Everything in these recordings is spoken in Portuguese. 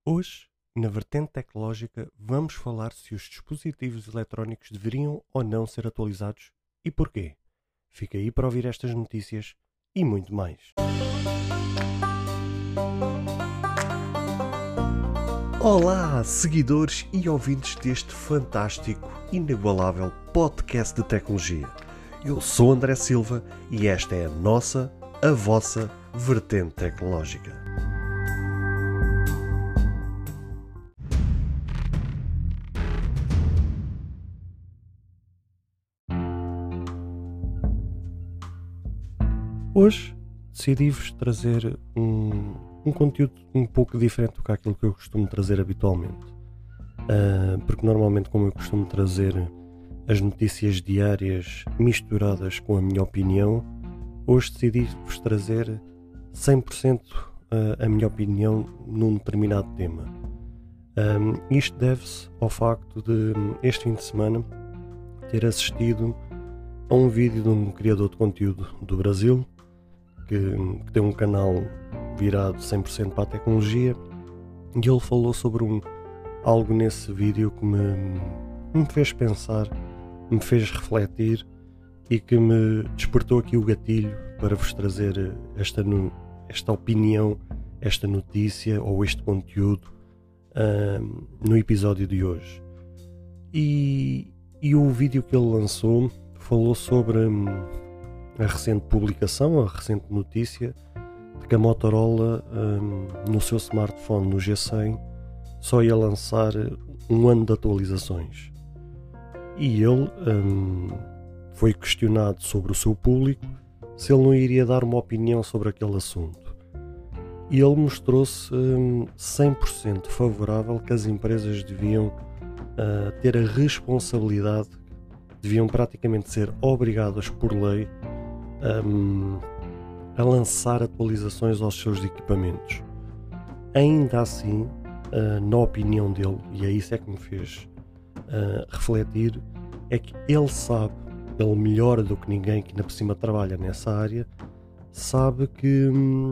Hoje, na vertente tecnológica, vamos falar se os dispositivos eletrónicos deveriam ou não ser atualizados e porquê. Fica aí para ouvir estas notícias e muito mais. Olá, seguidores e ouvintes deste fantástico, inigualável podcast de tecnologia. Eu sou André Silva e esta é a vossa vertente tecnológica. Hoje decidi-vos trazer um conteúdo um pouco diferente do que aquilo que eu costumo trazer habitualmente. Porque normalmente, como eu costumo trazer as notícias diárias misturadas com a minha opinião, hoje decidi-vos trazer 100% a minha opinião num determinado tema. Isto deve-se ao facto de este fim de semana ter assistido a um vídeo de um criador de conteúdo do Brasil que tem um canal virado 100% para a tecnologia, e ele falou sobre algo nesse vídeo que me fez pensar, me fez refletir e que me despertou aqui o gatilho para vos trazer esta opinião, esta notícia ou este conteúdo no episódio de hoje. E o vídeo que ele lançou falou sobre a recente publicação, a recente notícia de que a Motorola no seu smartphone, no G100, só ia lançar um ano de atualizações. E ele foi questionado sobre o seu público se ele não iria dar uma opinião sobre aquele assunto. E ele mostrou-se 100% favorável que as empresas deviam ter a responsabilidade, deviam praticamente ser obrigadas por lei a lançar atualizações aos seus equipamentos. Ainda assim, na opinião dele, e é isso que me fez refletir, é que ele sabe, ele melhor do que ninguém que ainda por cima trabalha nessa área, sabe que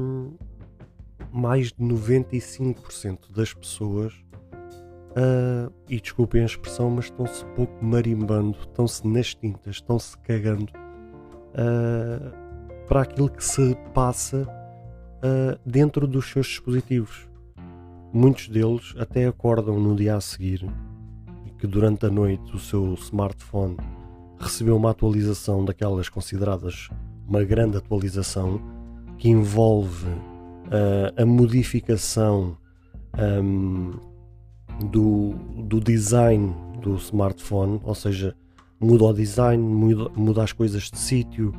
mais de 95% das pessoas, e desculpem a expressão, mas estão-se pouco marimbando, estão-se nas tintas, estão-se cagando para aquilo que se passa dentro dos seus dispositivos. Muitos deles até acordam no dia a seguir e que durante a noite o seu smartphone recebeu uma atualização daquelas consideradas uma grande atualização que envolve a modificação do design do smartphone, ou seja, muda o design, muda as coisas de sítio,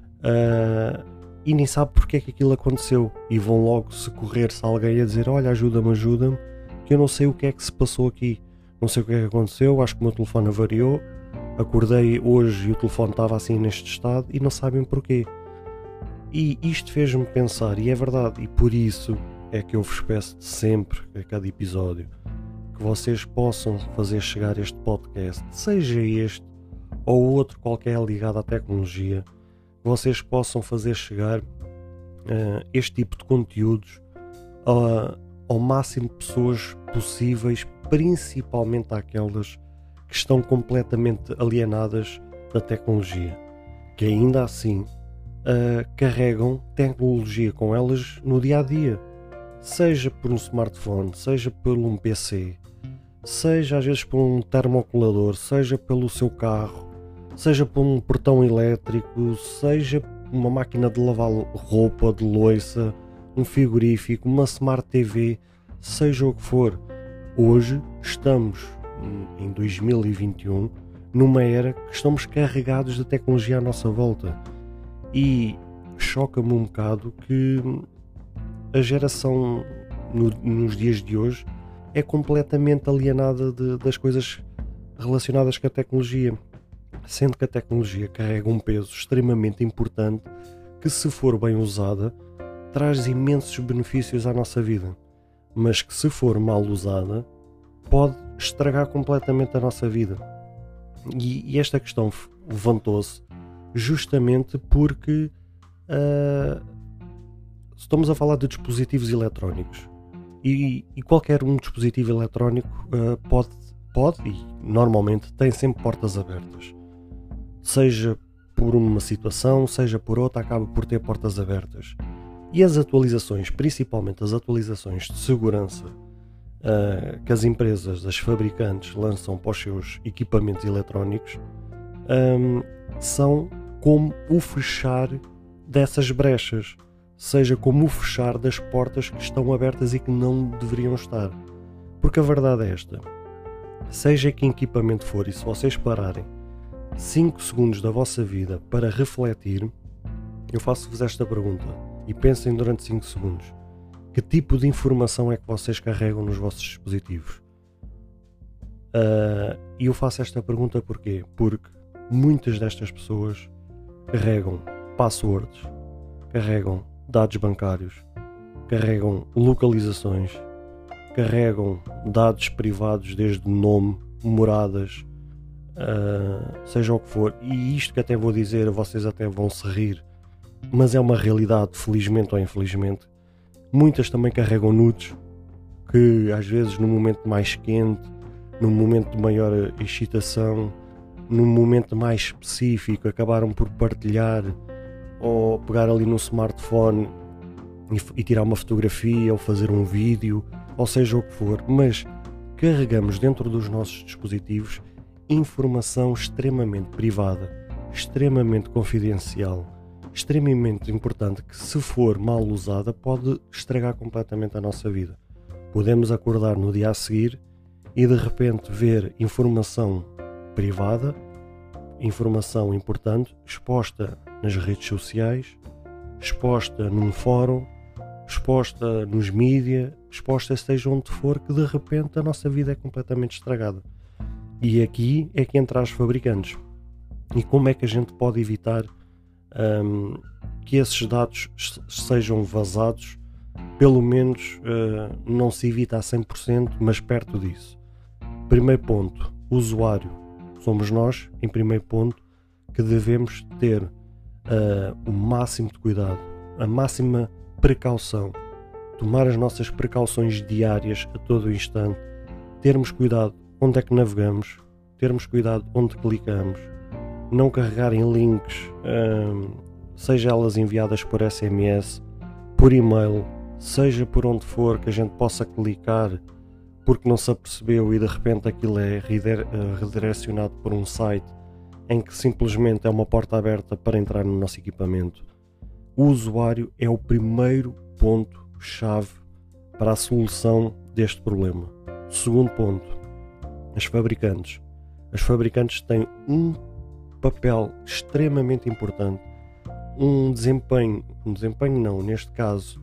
e nem sabe porque é que aquilo aconteceu, e vão logo socorrer-se a alguém a dizer: olha, ajuda-me, que eu não sei o que é que se passou aqui, não sei o que é que aconteceu, acho que o meu telefone avariou, acordei hoje e o telefone estava assim neste estado, e não sabem porquê. E isto fez-me pensar, e é verdade, e por isso é que eu vos peço sempre, a cada episódio, que vocês possam fazer chegar este podcast, seja este ou outro qualquer ligado à tecnologia, que vocês possam fazer chegar este tipo de conteúdos ao máximo de pessoas possíveis, principalmente àquelas que estão completamente alienadas da tecnologia, que ainda assim carregam tecnologia com elas no dia a dia, seja por um smartphone, seja por um PC, seja às vezes por um termocolador, seja pelo seu carro, seja por um portão elétrico, seja uma máquina de lavar roupa, de louça, um frigorífico, uma Smart TV, seja o que for. Hoje estamos em 2021 numa era que estamos carregados de tecnologia à nossa volta, e choca-me um bocado que a geração nos dias de hoje é completamente alienada das coisas relacionadas com a tecnologia, sendo que a tecnologia carrega um peso extremamente importante que, se for bem usada, traz imensos benefícios à nossa vida, mas que, se for mal usada, pode estragar completamente a nossa vida. E esta questão levantou-se justamente porque estamos a falar de dispositivos eletrónicos E qualquer um dispositivo eletrónico pode e normalmente tem sempre portas abertas. Seja por uma situação, seja por outra, acaba por ter portas abertas. E as atualizações, principalmente as atualizações de segurança que as empresas, as fabricantes lançam para os seus equipamentos eletrónicos, são como o fechar dessas brechas, seja como o fechar das portas que estão abertas e que não deveriam estar. Porque a verdade é esta: seja que equipamento for, e se vocês pararem 5 segundos da vossa vida para refletir, eu faço-vos esta pergunta e pensem durante 5 segundos: que tipo de informação é que vocês carregam nos vossos dispositivos? E eu faço esta pergunta porquê? Porque muitas destas pessoas carregam passwords, carregam dados bancários, carregam localizações, carregam dados privados desde nome, moradas, seja o que for. E isto que até vou dizer, vocês até vão se rir, mas é uma realidade, felizmente ou infelizmente. Muitas também carregam nudes, que às vezes no momento mais quente, num momento de maior excitação, num momento mais específico, acabaram por partilhar ou pegar ali no smartphone e tirar uma fotografia ou fazer um vídeo, ou seja o que for, mas carregamos dentro dos nossos dispositivos informação extremamente privada, extremamente confidencial, extremamente importante, que se for mal usada pode estragar completamente a nossa vida. Podemos acordar no dia a seguir e de repente ver informação privada, informação importante, exposta nas redes sociais, exposta num fórum, exposta nos mídias, exposta seja onde for, que de repente a nossa vida é completamente estragada. E aqui é que entram os fabricantes. E como é que a gente pode evitar que esses dados sejam vazados? Pelo menos não se evita a 100%, mas perto disso. Primeiro ponto: o usuário. Somos nós, em primeiro ponto, que devemos ter o máximo de cuidado, a máxima precaução, tomar as nossas precauções diárias a todo o instante, termos cuidado onde é que navegamos, termos cuidado onde clicamos, não carregar em links, seja elas enviadas por SMS, por e-mail, seja por onde for, que a gente possa clicar porque não se apercebeu e de repente aquilo é redirecionado por um site em que simplesmente é uma porta aberta para entrar no nosso equipamento. O usuário é o primeiro ponto-chave para a solução deste problema. Segundo ponto: as fabricantes. As fabricantes têm um papel extremamente importante, um desempenho não, neste caso,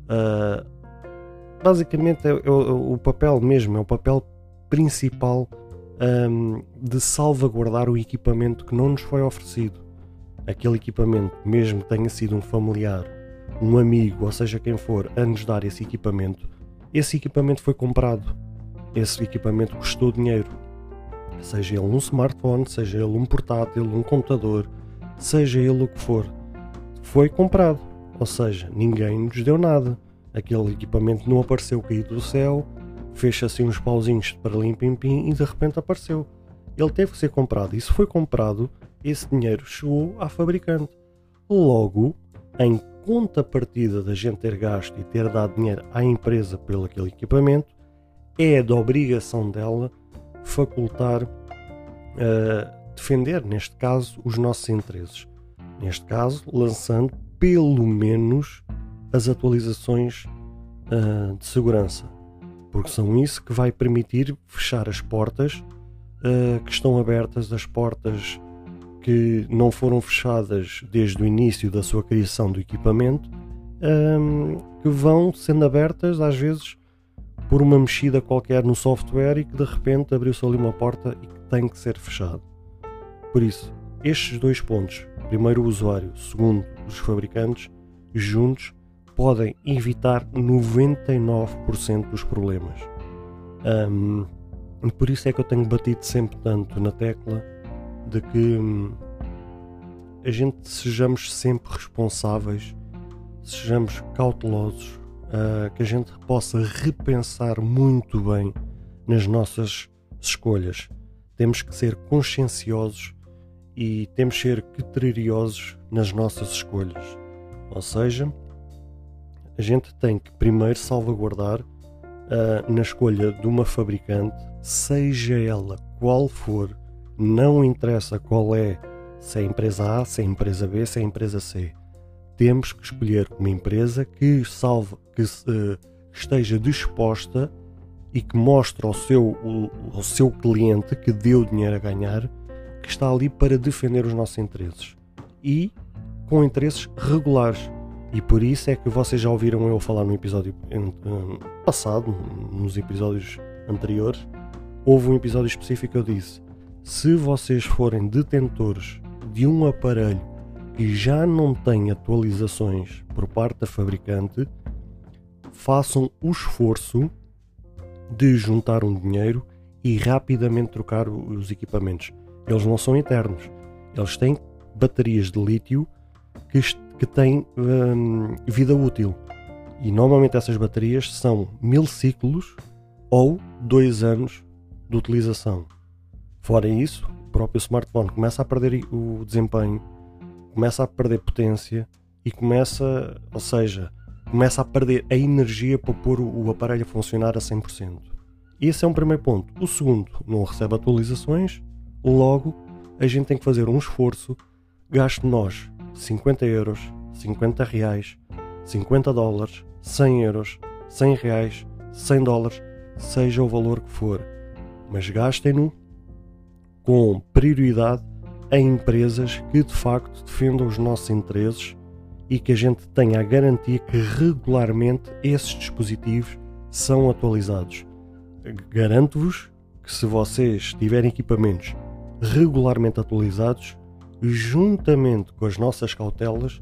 basicamente é o papel mesmo, é o papel principal de salvaguardar o equipamento que não nos foi oferecido. Aquele equipamento, mesmo que tenha sido um familiar, um amigo, ou seja quem for, a nos dar esse equipamento foi comprado, esse equipamento custou dinheiro, seja ele um smartphone, seja ele um portátil, um computador, seja ele o que for, foi comprado, ou seja, ninguém nos deu nada. Aquele equipamento não apareceu caído do céu, fez assim uns pauzinhos para lim-pim-pim e de repente apareceu. Ele teve que ser comprado. E se foi comprado, esse dinheiro chegou à fabricante. Logo, em contrapartida da gente ter gasto e ter dado dinheiro à empresa pelo aquele equipamento, é da obrigação dela facultar, defender, neste caso, os nossos interesses. Neste caso, lançando pelo menos as atualizações de segurança, porque são isso que vai permitir fechar as portas que estão abertas, as portas que não foram fechadas desde o início da sua criação do equipamento, que vão sendo abertas às vezes por uma mexida qualquer no software e que de repente abriu-se ali uma porta e que tem que ser fechado. Por isso, estes dois pontos, primeiro o usuário, segundo os fabricantes, juntos podem evitar 99% dos problemas. Por isso é que eu tenho batido sempre tanto na tecla de que a gente sejamos sempre responsáveis, sejamos cautelosos que a gente possa repensar muito bem nas nossas escolhas. Temos que ser conscienciosos e temos que ser criteriosos nas nossas escolhas. Ou seja, a gente tem que primeiro salvaguardar na escolha de uma fabricante, seja ela qual for, não interessa qual é, se é a empresa A, se é a empresa B, se é a empresa C. Temos que escolher uma empresa que esteja disposta e que mostre ao seu cliente que deu dinheiro a ganhar, que está ali para defender os nossos interesses e com interesses regulares. E por isso é que vocês já ouviram eu falar no episódio passado, nos episódios anteriores, houve um episódio específico que eu disse: se vocês forem detentores de um aparelho que já não tem atualizações por parte da fabricante, façam o esforço de juntar um dinheiro e rapidamente trocar os equipamentos. Eles não são eternos. Eles têm baterias de lítio que têm vida útil. E normalmente essas baterias são 1000 ciclos ou 2 anos de utilização. Fora isso, o próprio smartphone começa a perder o desempenho, começa a perder potência e começa a perder a energia para pôr o aparelho a funcionar a 100%. Esse é um primeiro ponto. O segundo, não recebe atualizações, logo a gente tem que fazer um esforço, gaste nós 50 euros, 50 reais, 50 dólares, 100 euros, 100 reais, 100 dólares, seja o valor que for, mas gastem-no com prioridade em empresas que de facto defendam os nossos interesses e que a gente tenha a garantia que regularmente esses dispositivos são atualizados. Garanto-vos que se vocês tiverem equipamentos regularmente atualizados, juntamente com as nossas cautelas,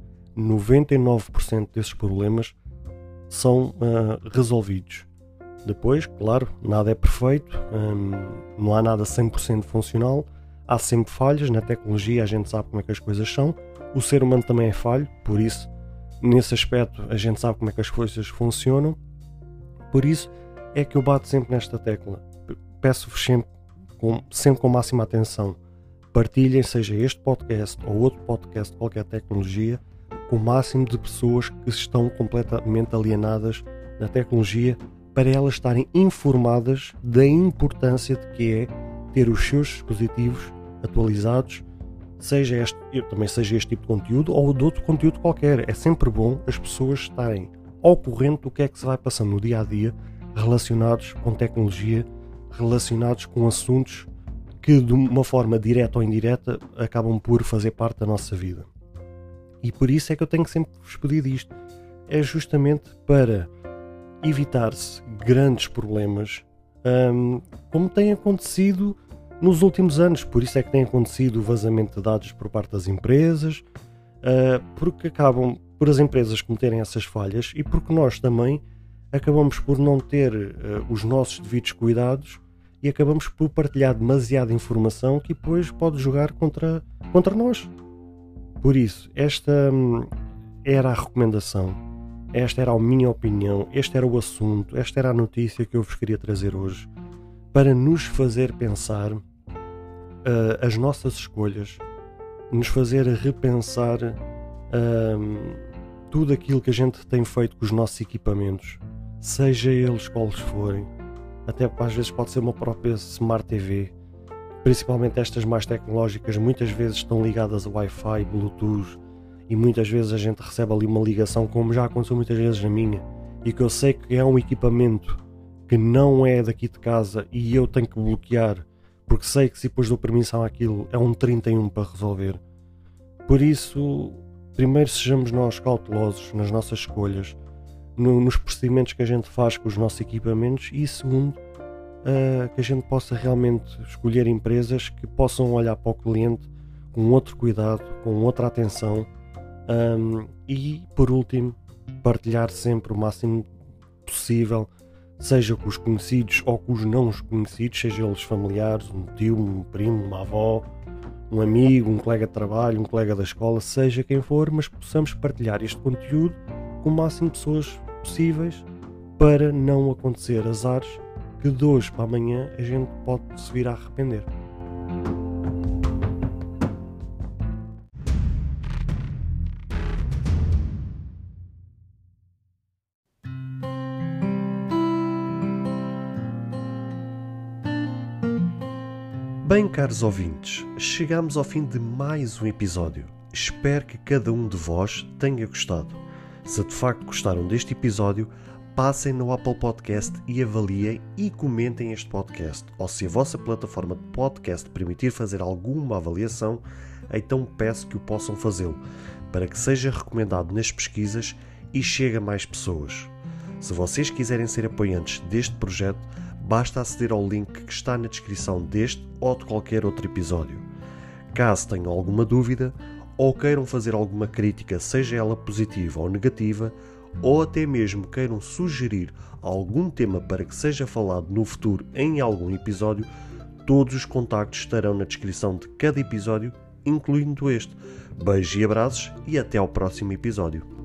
99% desses problemas são resolvidos. Depois, claro, nada é perfeito, não há nada 100% funcional, há sempre falhas na tecnologia, a gente sabe como é que as coisas são, o ser humano também é falho, por isso, nesse aspecto, a gente sabe como é que as coisas funcionam, por isso é que eu bato sempre nesta tecla. Peço-vos sempre com máxima atenção, partilhem, seja este podcast ou outro podcast de qualquer tecnologia, com o máximo de pessoas que estão completamente alienadas na tecnologia, para elas estarem informadas da importância de que é ter os seus dispositivos atualizados, seja este tipo de conteúdo ou de outro conteúdo qualquer. É sempre bom as pessoas estarem ao corrente do que é que se vai passando no dia a dia, relacionados com tecnologia, relacionados com assuntos que de uma forma direta ou indireta acabam por fazer parte da nossa vida. E por isso é que eu tenho sempre vos pedido isto. É justamente para evitar-se grandes problemas, como tem acontecido nos últimos anos. Por isso é que tem acontecido o vazamento de dados por parte das empresas, porque acabam por as empresas cometerem essas falhas e porque nós também acabamos por não ter os nossos devidos cuidados e acabamos por partilhar demasiada informação que depois pode jogar contra nós. Por isso, esta era a recomendação, esta era a minha opinião, este era o assunto, esta era a notícia que eu vos queria trazer hoje, para nos fazer pensar as nossas escolhas, nos fazer repensar tudo aquilo que a gente tem feito com os nossos equipamentos, seja eles quais forem, até às vezes pode ser uma própria Smart TV, principalmente estas mais tecnológicas, muitas vezes estão ligadas a Wi-Fi, Bluetooth, e muitas vezes a gente recebe ali uma ligação, como já aconteceu muitas vezes na minha, e que eu sei que é um equipamento que não é daqui de casa e eu tenho que bloquear, porque sei que se depois dou permissão àquilo é um 31 para resolver. Por isso, primeiro sejamos nós cautelosos nas nossas escolhas, nos procedimentos que a gente faz com os nossos equipamentos, e segundo, que a gente possa realmente escolher empresas que possam olhar para o cliente com outro cuidado, com outra atenção, e por último, partilhar sempre o máximo possível, seja com os conhecidos ou com os não conhecidos, seja eles familiares, um tio, um primo, uma avó, um amigo, um colega de trabalho, um colega da escola, seja quem for, mas possamos partilhar este conteúdo com o máximo de pessoas possíveis para não acontecer azares que de hoje para amanhã a gente pode se vir a arrepender. Bem, caros ouvintes, chegamos ao fim de mais um episódio. Espero que cada um de vós tenha gostado. Se de facto gostaram deste episódio, passem no Apple Podcast e avaliem e comentem este podcast. Ou se a vossa plataforma de podcast permitir fazer alguma avaliação, então peço que o possam fazê-lo, para que seja recomendado nas pesquisas e chegue a mais pessoas. Se vocês quiserem ser apoiantes deste projeto, basta aceder ao link que está na descrição deste ou de qualquer outro episódio. Caso tenham alguma dúvida ou queiram fazer alguma crítica, seja ela positiva ou negativa, ou até mesmo queiram sugerir algum tema para que seja falado no futuro em algum episódio, todos os contactos estarão na descrição de cada episódio, incluindo este. Beijos e abraços e até ao próximo episódio.